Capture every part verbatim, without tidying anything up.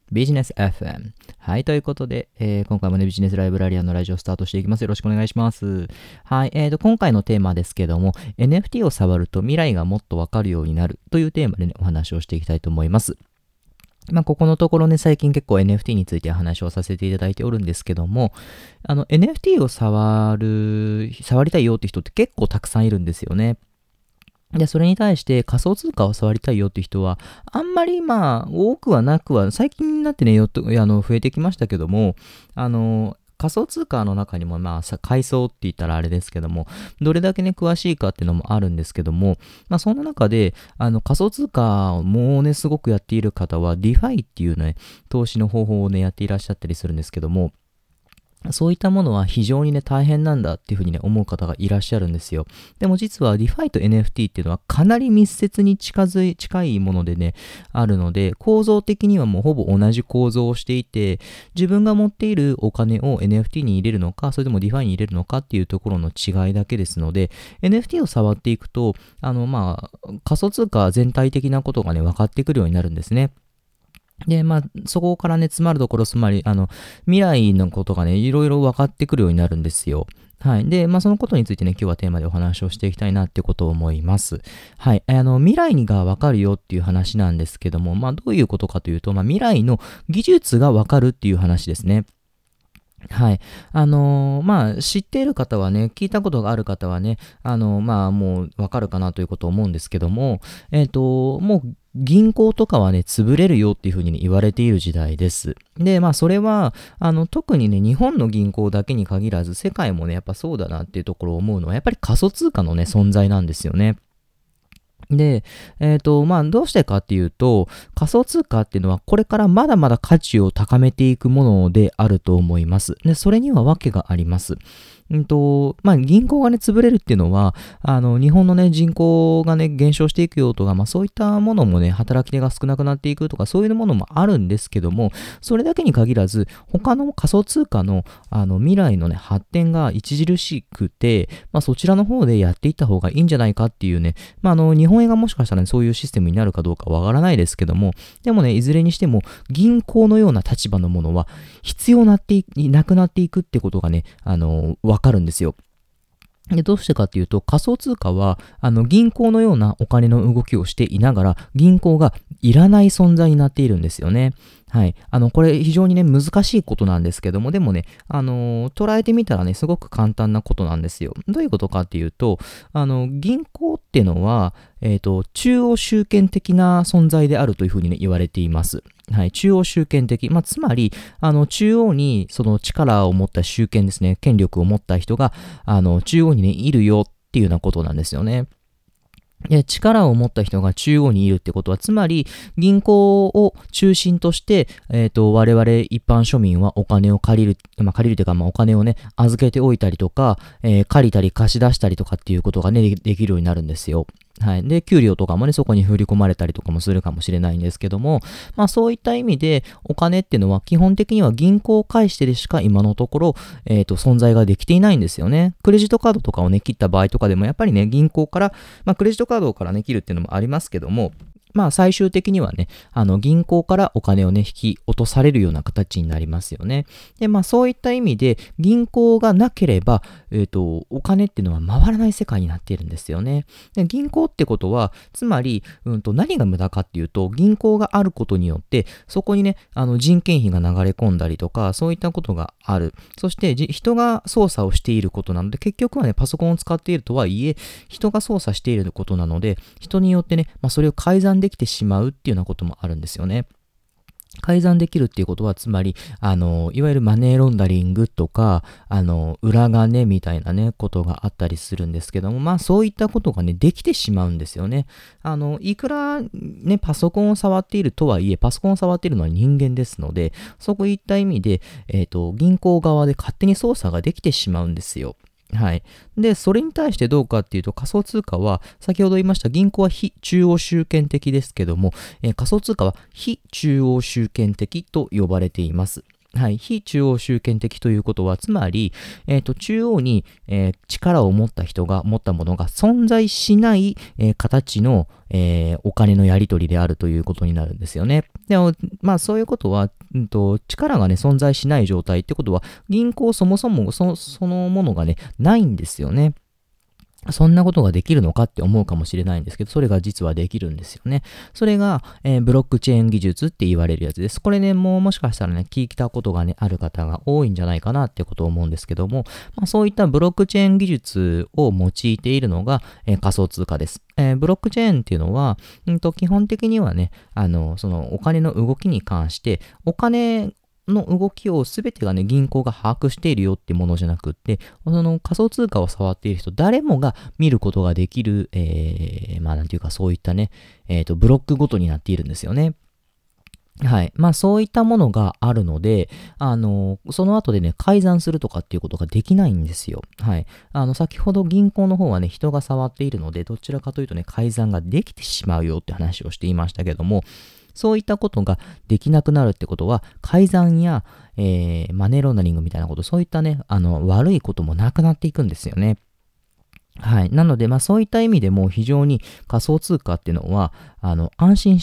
ビジネス エフエム。はい。ということで、えー今回もね、ビジネスライブラリアンのラジオスタートしていきます。よろしくお願いします。はい。えーと、今回のテーマですけども、エヌエフティー を触ると未来がもっとわかるようになるというテーマでね、お話をしていきたいと思います。まあ、ここのところね、最近結構 エヌエフティー について話をさせていただいておるんですけども、あの、エヌエフティー を触る、触りたいよって人って結構たくさんいるんですよね。で、それに対して仮想通貨を触りたいよって人は、あんまりまあ、多くはなくは、最近になってね、よっとあの増えてきましたけども、あの、仮想通貨の中にもまあ、さ階層って言ったらあれですけども、どれだけね、詳しいかっていうのもあるんですけども、まあ、そんな中で、あの、仮想通貨をもうね、すごくやっている方は、ディファイっていうね、投資の方法をね、やっていらっしゃったりするんですけども、そういったものは非常にね、大変なんだっていうふうにね、思う方がいらっしゃるんですよ。でも実は ディファイ と エヌエフティー っていうのはかなり密接に近づい、近いものでね、あるので、構造的にはもうほぼ同じ構造をしていて、自分が持っているお金を エヌエフティー に入れるのか、それとも ディファイ に入れるのかっていうところの違いだけですので、エヌエフティー を触っていくと、あの、まあ、仮想通貨全体的なことがね、分かってくるようになるんですね。で、まあ、そこからね、詰まるところ、つまり、あの、未来のことがね、いろいろ分かってくるようになるんですよ。はい。で、まあ、そのことについてね、今日はテーマでお話をしていきたいなってことを思います。はい。あの、未来が分かるよっていう話なんですけども、まあ、どういうことかというと、まあ、未来の技術が分かるっていう話ですね。はい。あのーまあ、知っている方はね、聞いたことがある方はね、あのーまあ、もうわかるかなということを思うんですけども、えっ、と、もう銀行とかはね、潰れるよっていうふうに、ね、言われている時代です。で、まあ、それは、あの、特にね、日本の銀行だけに限らず、世界もね、やっぱそうだなっていうところを思うのは、やっぱり仮想通貨のね、存在なんですよね。で、えっ、と、まあ、どうしてかっていうと、仮想通貨っていうのはこれからまだまだ価値を高めていくものであると思います。で、それには訳があります。うんと、まあ、銀行がね、潰れるっていうのは、あの、日本のね、人口がね、減少していくよとか、まあ、そういったものもね、働き手が少なくなっていくとか、そういうものもあるんですけども、それだけに限らず、他の仮想通貨の、あの、未来のね、発展が著しくて、まあ、そちらの方でやっていった方がいいんじゃないかっていうね、まあ、あの、日本円がもしかしたらね、そういうシステムになるかどうかわからないですけども、でもね、いずれにしても、銀行のような立場のものは、必要なっていなくなっていくってことがね、あの、わかるんですよ。で、どうしてかっていうと、仮想通貨は、あの、銀行のようなお金の動きをしていながら、銀行がいらない存在になっているんですよね。はい。あの、これ非常にね、難しいことなんですけども、でもね、あのー捉えてみたらね、すごく簡単なことなんですよ。どういうことかっていうと、あの、銀行っていうのは、えっと、中央集権的な存在であるというふうにね、言われています。はい。中央集権的。まあ、つまり、あの、中央にその力を持った集権ですね、権力を持った人が、あの、中央にね、いるよっていうようなことなんですよね。で、力を持った人が中央にいるってことは、つまり銀行を中心として、えっと、我々一般庶民はお金を借りる、まあ、借りるというか、まあ、お金をね、預けておいたりとか、えー借りたり貸し出したりとかっていうことがね、でできるようになるんですよ。はい。で、給料とかもね、そこに振り込まれたりとかもするかもしれないんですけども、まあそういった意味で、お金っていうのは基本的には銀行を介してでしか今のところ、えっと、存在ができていないんですよね。クレジットカードとかをね、切った場合とかでも、やっぱりね、銀行から、まあクレジットカードからね、切るっていうのもありますけども、まあ最終的にはね、あの銀行からお金をね、引き落とされるような形になりますよね。で、まあそういった意味で、銀行がなければ、えっと、お金っていうのは回らない世界になっているんですよね。で、銀行ってことは、つまり、うんと、何が無駄かっていうと、銀行があることによって、そこにね、あの人件費が流れ込んだりとか、そういったことがある。そして、じ人が操作をしていることなので、結局はね、パソコンを使っているとはいえ、人が操作していることなので、人によってね、まあ、それを改ざんできてしまうっていうようなこともあるんですよね。改ざんできるっていうことは、つまり、あの、いわゆるマネーロンダリングとか、あの、裏金みたいなね、ことがあったりするんですけども、まあ、そういったことがね、できてしまうんですよね。あの、いくら、ね、パソコンを触っているとはいえ、パソコンを触っているのは人間ですので、そういった意味で、えっと、銀行側で勝手に操作ができてしまうんですよ。はい。で、それに対してどうかっていうと、仮想通貨は、先ほど言いました銀行は非中央集権的ですけども、えー仮想通貨は非中央集権的と呼ばれています。はい。非中央集権的ということは、つまり、えっ、と、中央に、えー力を持った人が、持ったものが存在しない、えー形の、えーお金のやり取りであるということになるんですよね。でも、まあ、そういうことは、 うんと、力がね、存在しない状態ってことは、銀行そもそもそそのものがね、ないんですよね。そんなことができるのかって思うかもしれないんですけど、それが実はできるんですよね。それが、えーブロックチェーン技術って言われるやつです。これね、もうもしかしたらね、聞いたことがね、ある方が多いんじゃないかなってことを思うんですけども、まあ、そういったブロックチェーン技術を用いているのが、えー仮想通貨です。えーブロックチェーンっていうのは、うんと基本的にはね、あの、そのお金の動きに関して、お金の動きを全てがね、銀行が把握しているよってものじゃなくって、その仮想通貨を触っている人、誰もが見ることができる、えー、まあなんていうかそういったね、えっと、ブロックごとになっているんですよね。はい。まあそういったものがあるので、あの、その後でね、改ざんするとかっていうことができないんですよ。はい。あの、先ほど銀行の方はね、人が触っているので、どちらかというとね、改ざんができてしまうよって話をしていましたけども、そういったことができなくなるってことは、改ざんや、えーマネーロンダリングみたいなこと、そういったね、あの、悪いこともなくなっていくんですよね。はい。なので、まあそういった意味でも非常に仮想通貨っていうのは、あの、安心して、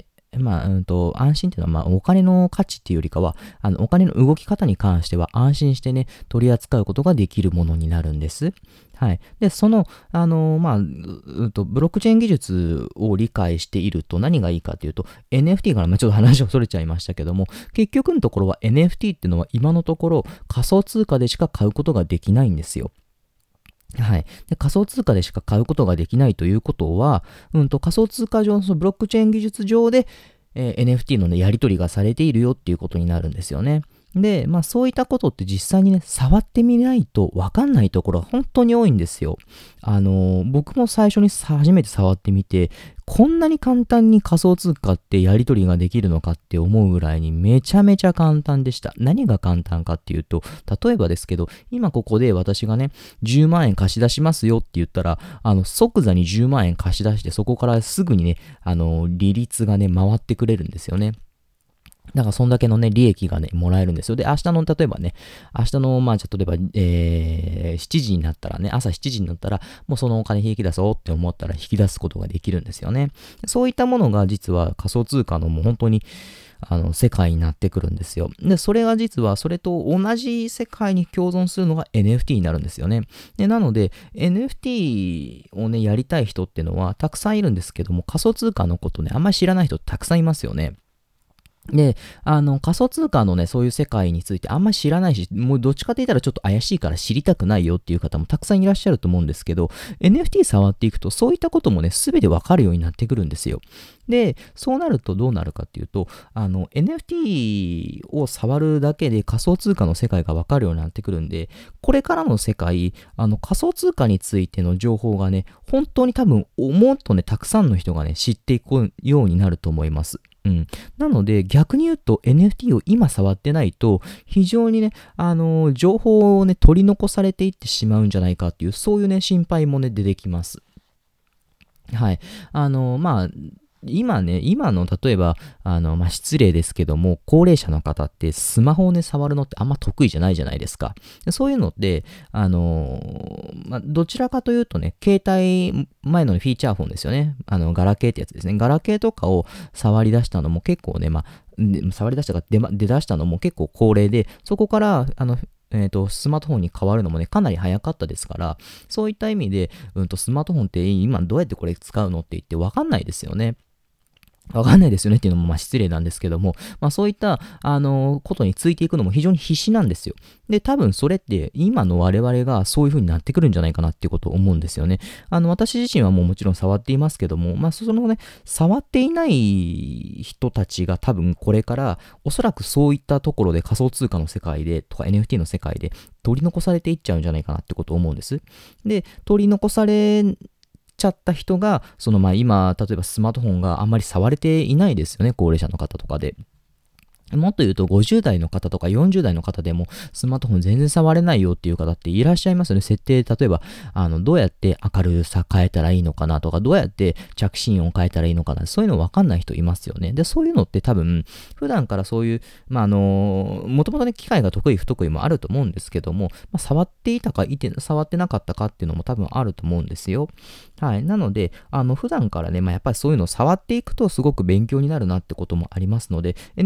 まあ、うんと、安心っていうのは、まあ、お金の価値っていうよりかは、あの、お金の動き方に関しては安心してね、取り扱うことができるものになるんです。はい。で、その、あの、まあ、ううんと、ブロックチェーン技術を理解していると何がいいかというと、エヌエフティー から、まあ、ちょっと話をそれちゃいましたけども、結局のところは エヌエフティー っていうのは今のところ仮想通貨でしか買うことができないんですよ。はい。で、仮想通貨でしか買うことができないということは、うんと仮想通貨上のそのブロックチェーン技術上で、えー エヌエフティー のね、やり取りがされているよっていうことになるんですよね。で、まあそういったことって実際にね、触ってみないとわかんないところが本当に多いんですよ。あのー僕も最初にさ初めて触ってみて、こんなに簡単に仮想通貨ってやり取りができるのかって思うぐらいにめちゃめちゃ簡単でした。何が簡単かっていうと、例えばですけど、今ここで私がね、じゅうまん円貸し出しますよって言ったら、あの、即座にじゅうまん円貸し出して、そこからすぐにね、あの、利率がね、回ってくれるんですよね。だからそんだけのね、利益がね、もらえるんですよ。で、明日の、例えばね、明日の、まあ、じゃあ例えば、えー、しちじになったらね、朝しちじになったら、もうそのお金引き出そうって思ったら引き出すことができるんですよね。そういったものが実は仮想通貨のもう本当に、あの、世界になってくるんですよ。で、それが実は、それと同じ世界に共存するのが エヌエフティー になるんですよね。で、なので、エヌエフティー をね、やりたい人っていうのはたくさんいるんですけども、仮想通貨のことね、あんまり知らない人たくさんいますよね。で、あの、仮想通貨のね、そういう世界についてあんまり知らないし、もうどっちかと言ったらちょっと怪しいから知りたくないよっていう方もたくさんいらっしゃると思うんですけど、エヌエフティー 触っていくと、そういったこともね、すべてわかるようになってくるんですよ。で、そうなるとどうなるかっていうと、あの、エヌエフティー を触るだけで仮想通貨の世界がわかるようになってくるんで、これからの世界、あの、仮想通貨についての情報がね、本当に多分、もっとね、たくさんの人がね、知っていくようになると思います。うん。なので、逆に言うと エヌエフティー を今触ってないと、非常にね、あのー情報をね、取り残されていってしまうんじゃないかっていう、そういうね、心配もね、出てきます。はい。あのーまあ、今ね、今の、例えば、あの、まあ、失礼ですけども、高齢者の方ってスマホをね、触るのってあんま得意じゃないじゃないですか。でそういうのって、あのーまあ、どちらかというとね、携帯、前のねフィーチャーフォンですよね。あの、ガラケーってやつですね。ガラケーとかを触り出したのも結構ね、まあ、で触り出したか出ま、出だしたのも結構高齢で、そこから、あの、えーと、スマートフォンに変わるのもね、かなり早かったですから、そういった意味で、うんと、スマートフォンって今どうやってこれ使うのって言ってわかんないですよね。わかんないですよねっていうのもまあ失礼なんですけども、まあそういった、あのことについていくのも非常に必死なんですよ。で、多分それって今の我々がそういう風になってくるんじゃないかなっていうことを思うんですよね。あの、私自身はもうもちろん触っていますけども、まあそのね、触っていない人たちが多分これからおそらくそういったところで仮想通貨の世界でとか エヌエフティー の世界で取り残されていっちゃうんじゃないかなってことを思うんです。で、取り残されちゃった人が、そのまあ今、例えばスマートフォンがあんまり触れていないですよね、高齢者の方とかで。もっと言うとごじゅう代の方とかよんじゅう代の方でもスマートフォン全然触れないよっていう方っていらっしゃいますよね。設定、例えば、あの、どうやって明るさ変えたらいいのかなとか、どうやって着信音変えたらいいのかな、そういうのわかんない人いますよね。で、そういうのって多分、普段からそういう、まあ、あの、もともとね、機械が得意不得意もあると思うんですけども、まあ、触っていたかいて、触ってなかったかっていうのも多分あると思うんですよ。はい。なので、あの、普段からね、まあ、やっぱりそういうのを触っていくとすごく勉強になるなってこともありますので、エヌエフティー 触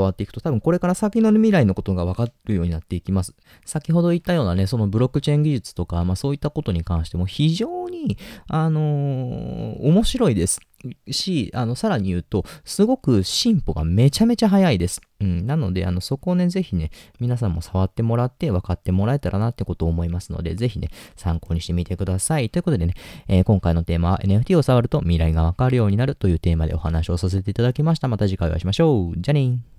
わっていくと多分これから先の未来のことが分かるようになっていきます。先ほど言ったようなね、そのブロックチェーン技術とか、まあそういったことに関しても非常に、あのー面白いです。し、あの、さらに言うと、すごく進歩がめちゃめちゃ早いです。うん。なので、あの、そこをね、ぜひね、皆さんも触ってもらって分かってもらえたらなってことを思いますので、ぜひね、参考にしてみてください。ということでね、えー今回のテーマは エヌエフティー を触ると未来がわかるようになるというテーマでお話をさせていただきました。また次回お会いしましょう。じゃあねー。